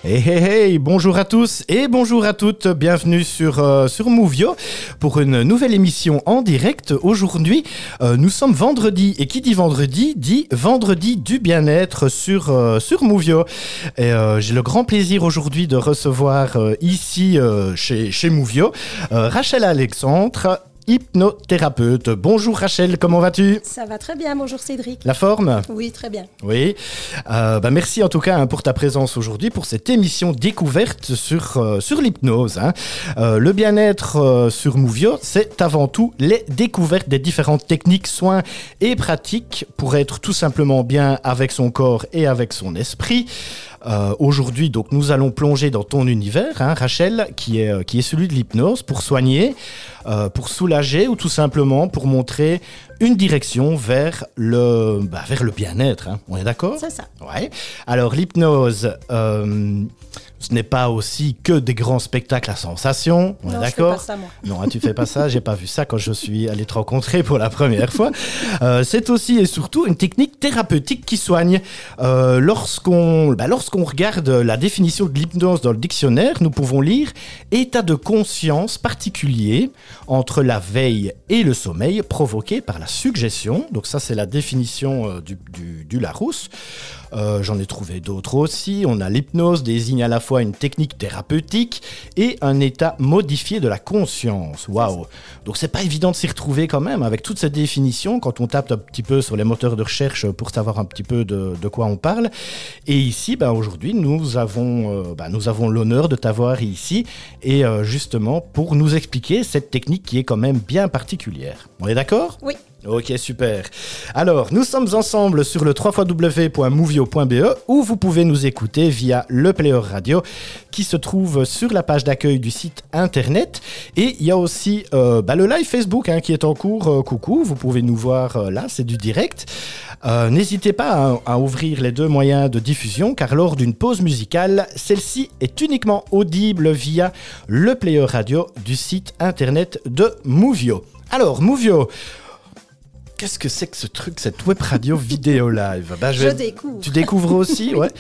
Bonjour à tous et bonjour à toutes, bienvenue sur Movio pour une nouvelle émission en direct. Aujourd'hui, nous sommes vendredi et qui dit vendredi du bien-être sur Movio. Et j'ai le grand plaisir aujourd'hui de recevoir ici chez Movio Rachel Alexandre, hypnothérapeute. Bonjour Rachel, comment vas-tu ? Ça va très bien, bonjour Cédric. La forme ? Oui, très bien. Oui, merci en tout cas pour ta présence aujourd'hui pour cette émission découverte sur l'hypnose. Le bien-être sur Movio, c'est avant tout les découvertes des différentes techniques, soins et pratiques pour être tout simplement bien avec son corps et avec son esprit. Aujourd'hui, donc, nous allons plonger dans ton univers, Rachel, qui est celui de l'hypnose, pour soigner, pour soulager ou tout simplement pour montrer une direction vers le bien-être. On est d'accord ? C'est ça. Ouais. Alors, l'hypnose, ce n'est pas aussi que des grands spectacles à sensations. On est d'accord ? Je fais pas ça, moi. Non, tu fais pas ça. J'ai pas vu ça quand je suis allé te rencontrer pour la première fois. C'est aussi et surtout une technique thérapeutique qui soigne. Lorsqu'on regarde la définition de l'hypnose dans le dictionnaire, nous pouvons lire état de conscience particulier entre la veille et le sommeil provoqué par la suggestion. Donc ça, c'est la définition du Larousse. J'en ai trouvé d'autres aussi. On a l'hypnose désigne à la fois une technique thérapeutique et un état modifié de la conscience. Waouh. Donc c'est pas évident de s'y retrouver quand même avec toute cette définition quand on tape un petit peu sur les moteurs de recherche pour savoir un petit peu de quoi on parle. Et ici, aujourd'hui, nous avons l'honneur de t'avoir ici et justement pour nous expliquer cette technique qui est quand même bien particulière. On est d'accord ? Oui. Ok, super. Alors, nous sommes ensemble sur le www.movio.be où vous pouvez nous écouter via le player radio qui se trouve sur la page d'accueil du site internet. Et il y a aussi le live Facebook qui est en cours. Coucou, vous pouvez nous voir là, c'est du direct. N'hésitez pas à ouvrir les deux moyens de diffusion car lors d'une pause musicale, celle-ci est uniquement audible via le player radio du site internet de Movio. Alors, Movio, qu'est-ce que c'est que ce truc, cette web radio vidéo live ? Je découvre. Tu découvres aussi, ouais.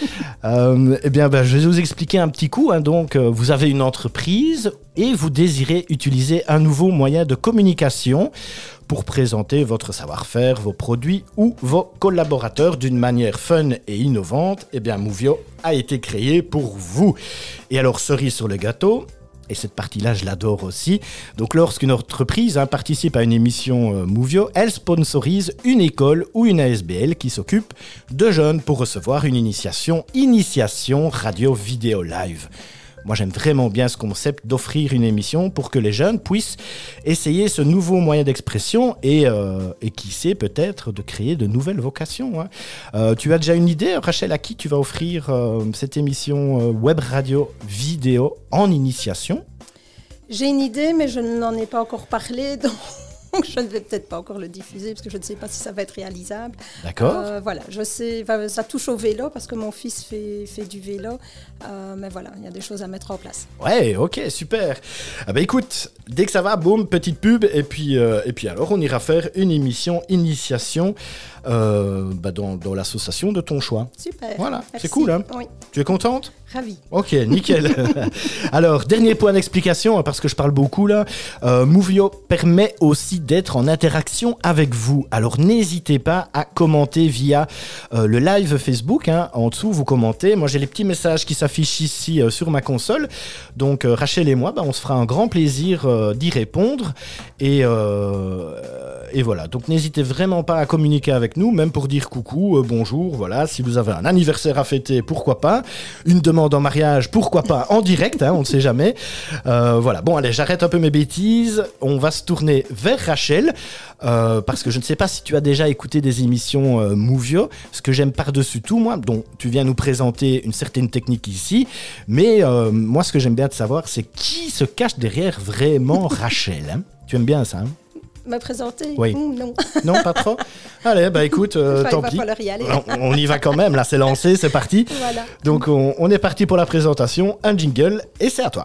Je vais vous expliquer un petit coup. Donc, vous avez une entreprise et vous désirez utiliser un nouveau moyen de communication pour présenter votre savoir-faire, vos produits ou vos collaborateurs d'une manière fun et innovante. Movio a été créé pour vous. Et alors, cerise sur le gâteau. Et cette partie-là, je l'adore aussi. Donc, lorsqu'une entreprise participe à une émission Movio, elle sponsorise une école ou une ASBL qui s'occupe de jeunes pour recevoir une initiation radio-vidéo live. Moi, j'aime vraiment bien ce concept d'offrir une émission pour que les jeunes puissent essayer ce nouveau moyen d'expression et qui sait peut-être de créer de nouvelles vocations. Tu as déjà une idée, Rachel, à qui tu vas offrir cette émission web radio vidéo en initiation ? J'ai une idée, mais je n'en ai pas encore parlé, donc je ne vais peut-être pas encore le diffuser parce que je ne sais pas si ça va être réalisable. D'accord. Je sais, ça touche au vélo parce que mon fils fait du vélo. Mais voilà, il y a des choses à mettre en place. Ouais, ok, super. Écoute, dès que ça va, boum, petite pub. Et puis alors, on ira faire une émission initiation dans l'association de ton choix. Super. Voilà, merci. C'est cool, hein ? Oui. Tu es contente ? Ravie. Ok, nickel. Alors, dernier point d'explication, parce que je parle beaucoup là. Movio permet aussi d'être en interaction avec vous. Alors, n'hésitez pas à commenter via le live Facebook. En dessous, vous commentez. Moi, j'ai les petits messages qui s'affichent ici sur ma console. Donc, Rachel et moi, on se fera un grand plaisir d'y répondre. Et voilà. Donc, n'hésitez vraiment pas à communiquer avec nous, même pour dire coucou, bonjour. Voilà. Si vous avez un anniversaire à fêter, pourquoi pas. Une demande en mariage, pourquoi pas en direct, on ne sait jamais. Voilà. Bon, allez, j'arrête un peu mes bêtises. On va se tourner vers Rachel, parce que je ne sais pas si tu as déjà écouté des émissions Movio. Ce que j'aime par-dessus tout, moi, dont tu viens nous présenter une certaine technique ici, mais moi, ce que j'aime bien de savoir, c'est qui se cache derrière vraiment Rachel. Tu aimes bien ça, Me présenter ? Oui. Non. Non, pas trop ? Allez, écoute, tant pis. Il va falloir y aller. On y va quand même, là, c'est lancé, c'est parti. Voilà. Donc, on est parti pour la présentation, un jingle, et c'est à toi.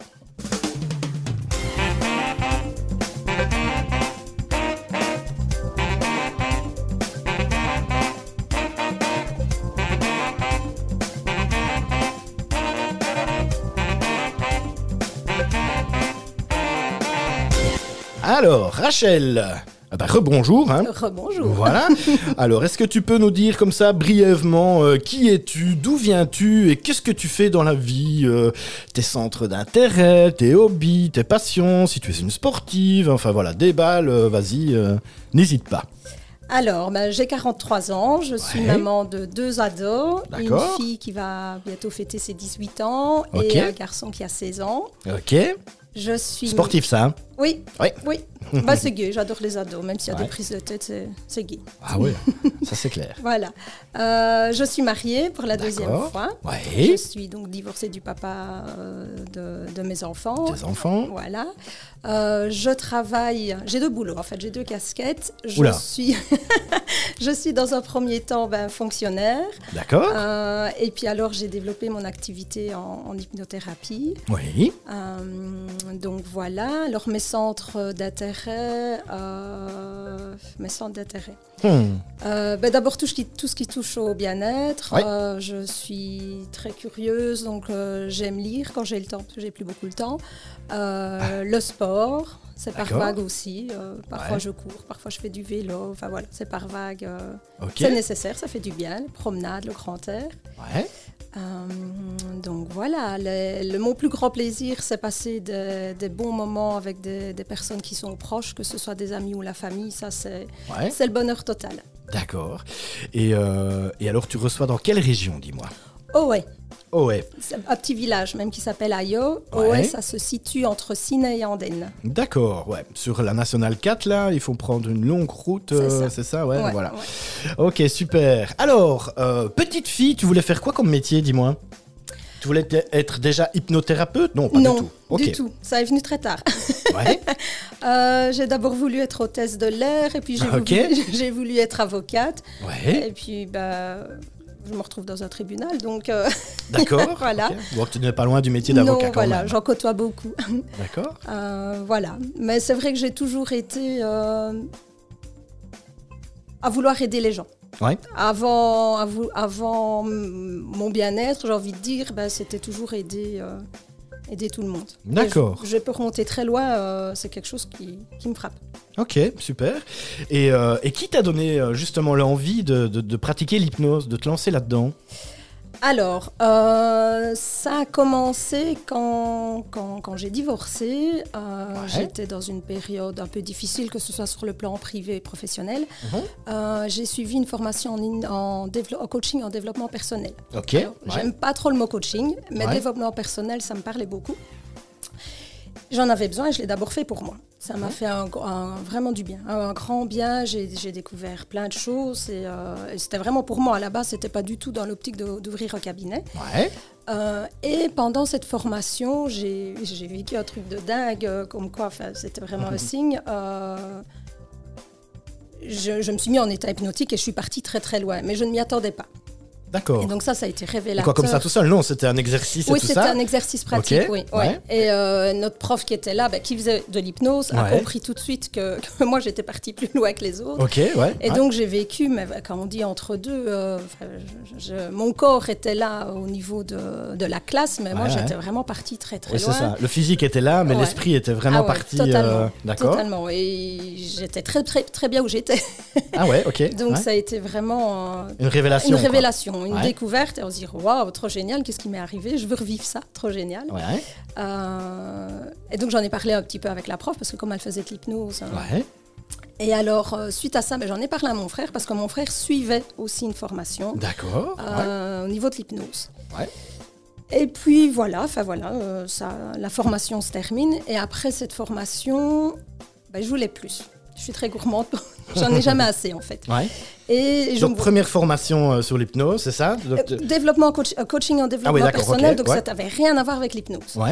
Alors, Rachel, rebonjour. Hein. Rebonjour. Voilà. Alors, est-ce que tu peux nous dire comme ça, brièvement, qui es-tu, d'où viens-tu et qu'est-ce que tu fais dans la vie, tes centres d'intérêt, tes hobbies, tes passions, si tu es une sportive, enfin voilà, déballe, vas-y, n'hésite pas. Alors, j'ai 43 ans, je suis maman de 2 ados, D'accord. une fille qui va bientôt fêter ses 18 ans Ok. et un garçon qui a 16 ans. Ok. Je suis... Sportif ça, hein? Oui, Oui. oui. C'est gay, j'adore les ados, même s'il y a des prises de tête, c'est gay. Ah oui, ça c'est clair. Voilà. Je suis mariée pour la deuxième fois. Ouais. Je suis donc divorcée du papa de mes enfants. Tes enfants. Voilà. Je travaille, j'ai 2 boulots en fait, j'ai 2 casquettes. Oula. Je suis dans un premier temps fonctionnaire. D'accord. Et puis alors j'ai développé mon activité en hypnothérapie. Oui. Donc voilà, alors mes centres d'intérêt. D'abord tout ce qui touche au bien-être. Ouais. Je suis très curieuse, donc j'aime lire quand j'ai le temps, parce que j'ai plus beaucoup le temps. Le sport, c'est par vague aussi. Parfois je cours, parfois je fais du vélo. Enfin voilà, c'est par vague. C'est nécessaire, ça fait du bien. Promenade, le grand air. Ouais. Donc voilà, mon plus grand plaisir, c'est passer des bons moments avec des personnes qui sont proches, que ce soit des amis ou la famille. Ça, c'est le bonheur total. D'accord. Et alors, tu reçois dans quelle région, dis-moi? Ohé. Ohé. C'est un petit village même qui s'appelle Ayo. Ouais. Ohé, ça se situe entre Sinaï et Andenne. D'accord, ouais. Sur la nationale 4, là, il faut prendre une longue route, c'est ça, ouais, voilà. Ouais. Ok, super. Alors, petite fille, tu voulais faire quoi comme métier, dis-moi? Tu voulais être déjà hypnothérapeute? Non, pas non, du tout. Okay. Du tout. Ça est venu très tard. Ouais. J'ai d'abord voulu être hôtesse de l'air, et puis j'ai voulu être avocate. Ouais. Et puis, je me retrouve dans un tribunal, donc... D'accord. Voilà. Okay. Bon, tu n'es pas loin du métier d'avocat quand voilà, même. j'en côtoie beaucoup. D'accord. Voilà. Mais c'est vrai que j'ai toujours été à vouloir aider les gens. Ouais. Avant mon bien-être, j'ai envie de dire, c'était toujours aider tout le monde. D'accord. Je peux remonter très loin, c'est quelque chose qui me frappe. Ok, super. Et qui t'a donné justement l'envie de pratiquer l'hypnose, de te lancer là-dedans? Alors, ça a commencé quand j'ai divorcé. J'étais dans une période un peu difficile, que ce soit sur le plan privé et professionnel. J'ai suivi une formation en coaching en développement personnel. Ok. Alors, j'aime pas trop le mot coaching, mais développement personnel, ça me parlait beaucoup. J'en avais besoin et je l'ai d'abord fait pour moi. Ça m'a fait vraiment du bien, un grand bien. J'ai découvert plein de choses et c'était vraiment pour moi. À la base, c'était pas du tout dans l'optique d'ouvrir un cabinet. Ouais. Et pendant cette formation, j'ai vécu un truc de dingue, comme quoi, c'était vraiment un signe. Je me suis mis en état hypnotique et je suis partie très très loin, mais je ne m'y attendais pas. D'accord. Et donc ça a été révélateur. Et quoi, comme ça tout seul? Non, c'était un exercice et tout ça? Oui, c'était un exercice pratique, okay. oui. Ouais. Et notre prof qui était là, qui faisait de l'hypnose, a compris tout de suite que moi, j'étais partie plus loin que les autres. Ok, ouais. Et donc, j'ai vécu, mais quand on dit entre deux, mon corps était là au niveau de la classe, mais moi, j'étais vraiment partie très, très loin. C'est ça. Le physique était là, mais l'esprit était vraiment parti... Totalement, d'accord. Totalement. Et j'étais très, très, très bien où j'étais. Ah ouais, ok. Donc, ça a été vraiment... une révélation. Une révélation, une découverte. Et on se dit, waouh, trop génial, qu'est-ce qui m'est arrivé? Je veux revivre ça, trop génial. Ouais. Et donc, j'en ai parlé un petit peu avec la prof, parce que comme elle faisait de l'hypnose... Ouais. Et alors, suite à ça, j'en ai parlé à mon frère, parce que mon frère suivait aussi une formation. D'accord. Au niveau de l'hypnose. Ouais. Et puis, voilà, la formation se termine. Et après cette formation, je voulais plus. Je suis très gourmande, j'en ai jamais assez, en fait. Ouais. Et donc, première formation sur l'hypnose, c'est ça? Développement, coaching en développement personnel, donc ça n'avait rien à voir avec l'hypnose. Ouais.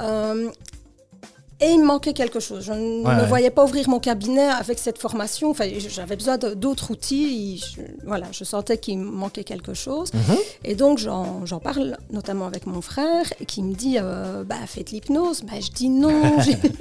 Et il me manquait quelque chose. Je ne voyais pas ouvrir mon cabinet avec cette formation. Enfin, j'avais besoin d'autres outils. Je sentais qu'il me manquait quelque chose. Et donc, j'en parle notamment avec mon frère qui me dit fais de l'hypnose. Je dis non.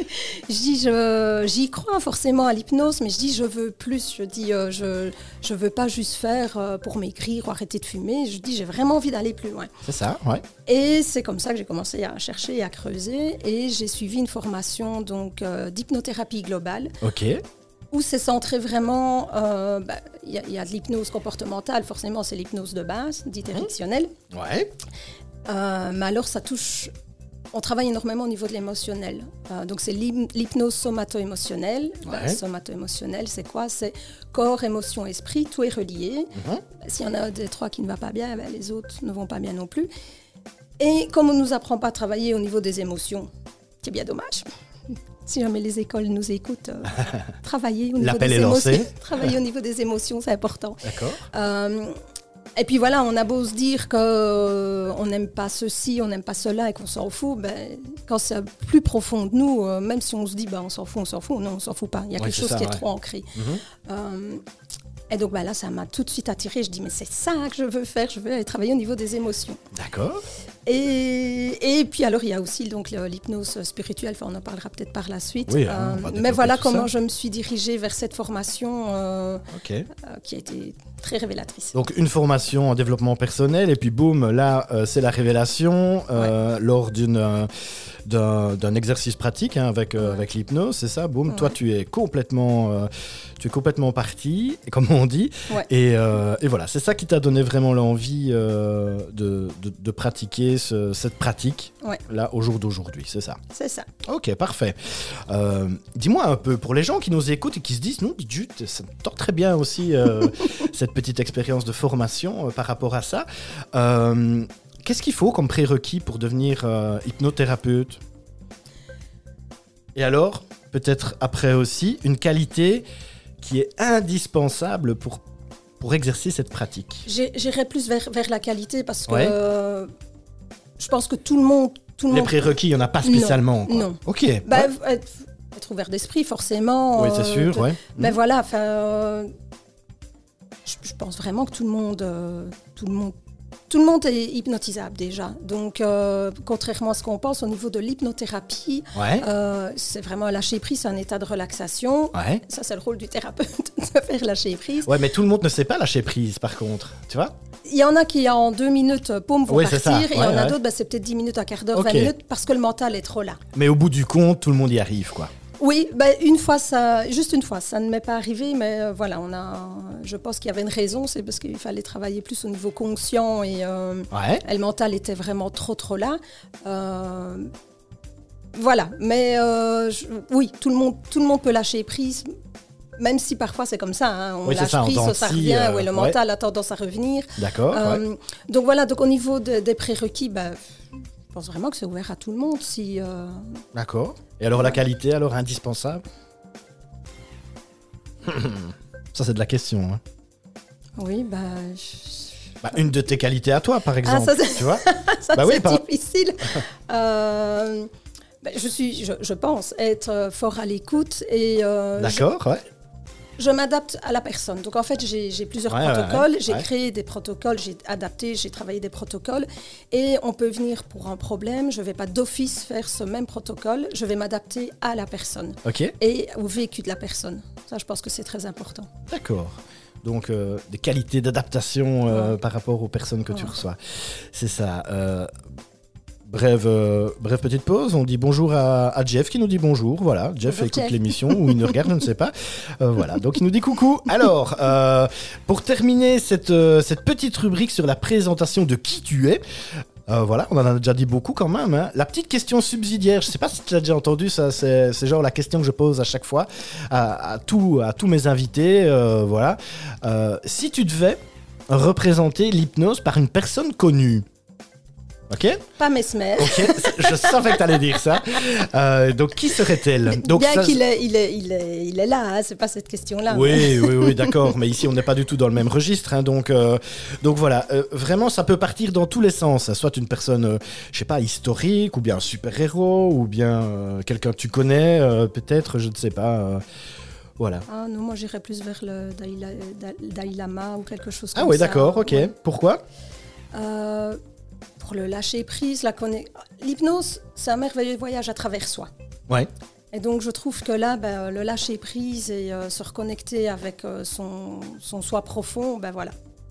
J'y crois forcément à l'hypnose, mais je dis je veux plus. Je dis je veux pas juste faire pour maigrir ou arrêter de fumer. Je dis j'ai vraiment envie d'aller plus loin. C'est ça, ouais. Et c'est comme ça que j'ai commencé à chercher et à creuser. Et j'ai suivi une formation formation donc, d'hypnothérapie globale. Ok. Où c'est centré vraiment, il y a de l'hypnose comportementale, forcément c'est l'hypnose de base, dite érectionnelle. Ouais. Mais alors ça touche, on travaille énormément au niveau de l'émotionnel. Donc c'est l'hypnose somato-émotionnelle. Ouais. Somato-émotionnelle, c'est quoi? C'est corps, émotion, esprit, tout est relié. S'il y en a des trois qui ne va pas bien, les autres ne vont pas bien non plus. Et comme on ne nous apprend pas à travailler au niveau des émotions, c'est bien dommage. Si jamais les écoles nous écoutent, travailler au niveau L'appel des est émotions. lancé. Travailler au niveau des émotions, c'est important. D'accord. Et puis voilà, on a beau se dire qu'on n'aime pas ceci, on n'aime pas cela et qu'on s'en fout, quand c'est plus profond de nous, même si on se dit on s'en fout, non, on s'en fout pas. Il y a quelque chose qui est trop ancré. Et donc là, ça m'a tout de suite attirée. Je dis, mais c'est ça que je veux faire, je veux aller travailler au niveau des émotions. D'accord. Et puis alors, il y a aussi donc, l'hypnose spirituelle, on en parlera peut-être par la suite. Oui, mais voilà comment je me suis dirigée vers cette formation qui a été très révélatrice. Donc une formation en développement personnel et puis boum, là c'est la révélation lors d'un exercice pratique avec l'hypnose, c'est ça, boum, toi tu es complètement parti, comme on dit, et voilà, c'est ça qui t'a donné vraiment l'envie de pratiquer cette pratique là au jour d'aujourd'hui, c'est ça? C'est ça. Ok, parfait. Dis-moi un peu, pour les gens qui nous écoutent et qui se disent, non, Jut, ça me tord très bien aussi cette petite expérience de formation par rapport à ça. Qu'est-ce qu'il faut comme prérequis pour devenir hypnothérapeute? Et alors, peut-être après aussi, une qualité qui est indispensable pour exercer cette pratique. J'irais plus vers la qualité parce que je pense que tout le monde... Les prérequis, il n'y en a pas spécialement. Non. Ok. Être ouvert d'esprit, forcément. Oui, c'est sûr, Mais voilà, je pense vraiment que tout le monde est hypnotisable déjà. Donc, contrairement à ce qu'on pense, au niveau de l'hypnothérapie, c'est vraiment un lâcher prise, c'est un état de relaxation. Ouais. Ça, c'est le rôle du thérapeute de faire lâcher prise. Ouais, mais tout le monde ne sait pas lâcher prise, par contre. Tu vois? Il y en a qui, en 2 minutes, vont partir. Et il y en a d'autres, c'est peut-être 10 minutes, un quart d'heure, 20 minutes, parce que le mental est trop là. Mais au bout du compte, tout le monde y arrive, quoi. Oui, juste une fois, ça ne m'est pas arrivé, mais voilà, je pense qu'il y avait une raison, c'est parce qu'il fallait travailler plus au niveau conscient et le mental était vraiment trop là. Voilà, mais oui, tout le monde peut lâcher prise, même si parfois c'est comme ça, on lâche prise, ça revient, le mental a tendance à revenir. D'accord. Donc voilà, donc au niveau des prérequis, je pense vraiment que c'est ouvert à tout le monde. D'accord. Et alors la qualité, alors indispensable? Ça c'est de la question. Hein. Oui, une de tes qualités à toi, par exemple. Tu vois? Ça c'est difficile. Je pense être fort à l'écoute et. D'accord. Je m'adapte à la personne. Donc, en fait, j'ai plusieurs protocoles. J'ai créé des protocoles, j'ai adapté, j'ai travaillé des protocoles. Et on peut venir pour un problème. Je ne vais pas d'office faire ce même protocole. Je vais m'adapter à la personne et au vécu de la personne. Ça, je pense que c'est très important. D'accord. Donc, des qualités d'adaptation par rapport aux personnes que tu reçois. C'est ça. Brève petite pause, on dit bonjour à Jeff qui nous dit bonjour, voilà, Jeff écoute l'émission ou il nous regarde, je ne sais pas, voilà, donc il nous dit coucou. Alors, pour terminer cette petite rubrique sur la présentation de qui tu es, voilà, on en a déjà dit beaucoup quand même, hein. La petite question subsidiaire, je ne sais pas si tu l'as déjà entendu, ça, c'est genre la question que je pose à chaque fois à tous mes invités, voilà. Si tu devais représenter l'hypnose par une personne connue, ok? Pas Mesmer. Ok, je savais que tu allais dire ça. Donc, qui serait-elle? Donc, bien qu'il est là, hein, c'est pas cette question-là. Oui, d'accord. Mais ici, on n'est pas du tout dans le même registre. Hein, donc voilà, vraiment, ça peut partir dans tous les sens. Soit une personne, je sais pas, historique, ou bien un super-héros, ou bien quelqu'un que tu connais, peut-être, je ne sais pas. Voilà. Ah non, moi j'irais plus vers le Dalai Lama ou quelque chose comme ça. Ah oui, d'accord, ok. Ouais. Pourquoi? Pour le lâcher prise, l'hypnose, c'est un merveilleux voyage à travers soi. Ouais. Et donc je trouve que là, le lâcher prise et se reconnecter avec son soi profond, voilà.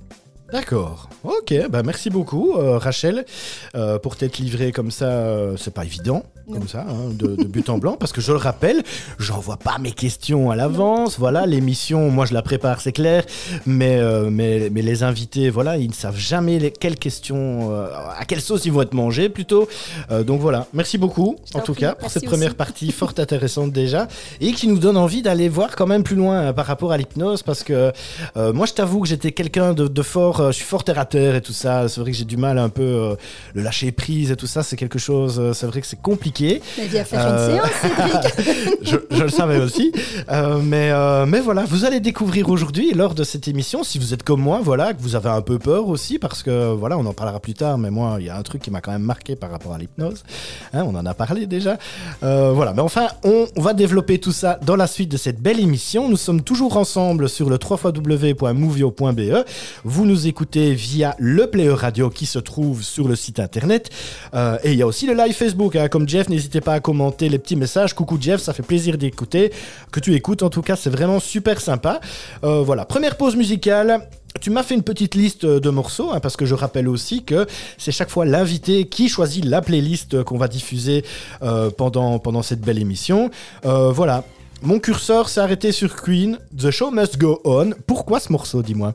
D'accord. Ok, bah merci beaucoup Rachel pour t'être livrée comme ça. C'est pas évident comme ça, hein, de but en blanc, parce que je le rappelle, j'envoie pas mes questions à l'avance. Voilà, l'émission, moi je la prépare, c'est clair, mais les invités, voilà, ils ne savent jamais quelles questions, à quelle sauce ils vont être mangés plutôt. Donc voilà, merci beaucoup en tout cas pour cette première partie fort intéressante déjà, et qui nous donne envie d'aller voir quand même plus loin par rapport à l'hypnose, parce que moi je t'avoue que j'étais quelqu'un de fort, je suis fort terre à terre et tout ça. C'est vrai que j'ai du mal un peu le lâcher prise et tout ça, c'est quelque chose, c'est vrai que c'est compliqué. Mais viens faire une séance, Cédric. je le savais aussi, mais voilà, vous allez découvrir aujourd'hui lors de cette émission, si vous êtes comme moi, voilà, que vous avez un peu peur aussi, parce que voilà, on en parlera plus tard, mais moi il y a un truc qui m'a quand même marqué par rapport à l'hypnose, hein, on en a parlé déjà, voilà, mais enfin on va développer tout ça dans la suite de cette belle émission. Nous sommes toujours ensemble sur le www.movio.be. Vous nous écoutez via le player radio qui se trouve sur le site internet, et il y a aussi le live Facebook, hein, comme Jeff, n'hésitez pas à commenter les petits messages. Coucou Jeff, ça fait plaisir d'écouter, que tu écoutes en tout cas, c'est vraiment super sympa. Voilà, première pause musicale. Tu m'as fait une petite liste de morceaux, hein, parce que je rappelle aussi que c'est chaque fois l'invité qui choisit la playlist qu'on va diffuser pendant cette belle émission. Voilà, mon curseur s'est arrêté sur Queen, The Show Must Go On. Pourquoi ce morceau, dis-moi?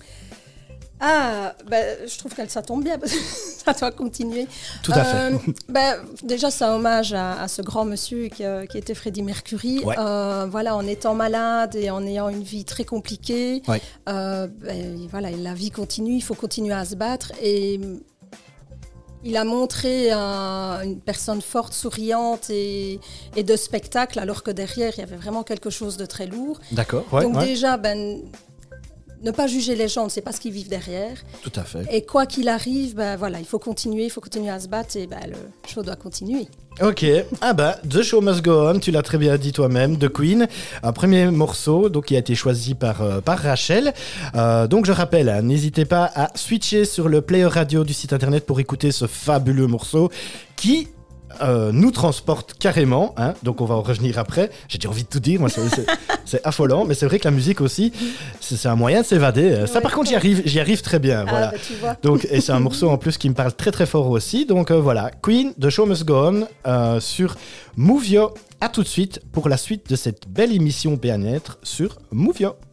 Je trouve que ça tombe bien, parce que ça doit continuer. Tout à fait. Déjà, c'est un hommage à ce grand monsieur qui était Freddie Mercury. Ouais. Voilà, en étant malade et en ayant une vie très compliquée, Ouais. voilà, la vie continue, il faut continuer à se battre. Et il a montré une personne forte, souriante et de spectacle, alors que derrière, il y avait vraiment quelque chose de très lourd. D'accord, ouais. Donc ouais. déjà, ne pas juger les gens, on ne sait pas ce qu'ils vivent derrière. Tout à fait. Et quoi qu'il arrive, voilà, il faut continuer à se battre et le show doit continuer. Ok, The Show Must Go On, tu l'as très bien dit toi-même, de Queen, un premier morceau donc, qui a été choisi par Rachel. Donc je rappelle, hein, n'hésitez pas à switcher sur le player radio du site internet pour écouter ce fabuleux morceau qui nous transporte carrément, hein, donc on va en revenir après. J'ai déjà envie de tout dire, moi c'est affolant, mais c'est vrai que la musique aussi, c'est un moyen de s'évader. Ça par contre j'y arrive très bien, voilà. Tu vois. Donc, et c'est un morceau en plus qui me parle très très fort aussi, donc voilà, Queen, The Show Must Go On sur Movio. À tout de suite pour la suite de cette belle émission bien-être sur Movio.